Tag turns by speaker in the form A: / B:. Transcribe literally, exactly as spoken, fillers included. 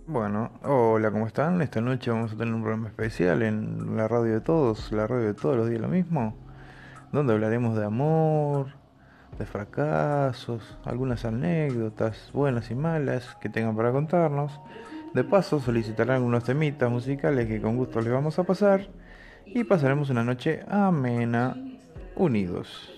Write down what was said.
A: Bueno, hola, ¿cómo están? Esta noche vamos a tener un programa especial en la radio de todos, la radio de todos los días lo mismo, donde hablaremos de amor, de fracasos, algunas anécdotas buenas y malas que tengan para contarnos. De paso, solicitarán algunos temitas musicales que con gusto les vamos a pasar y pasaremos una noche amena, unidos.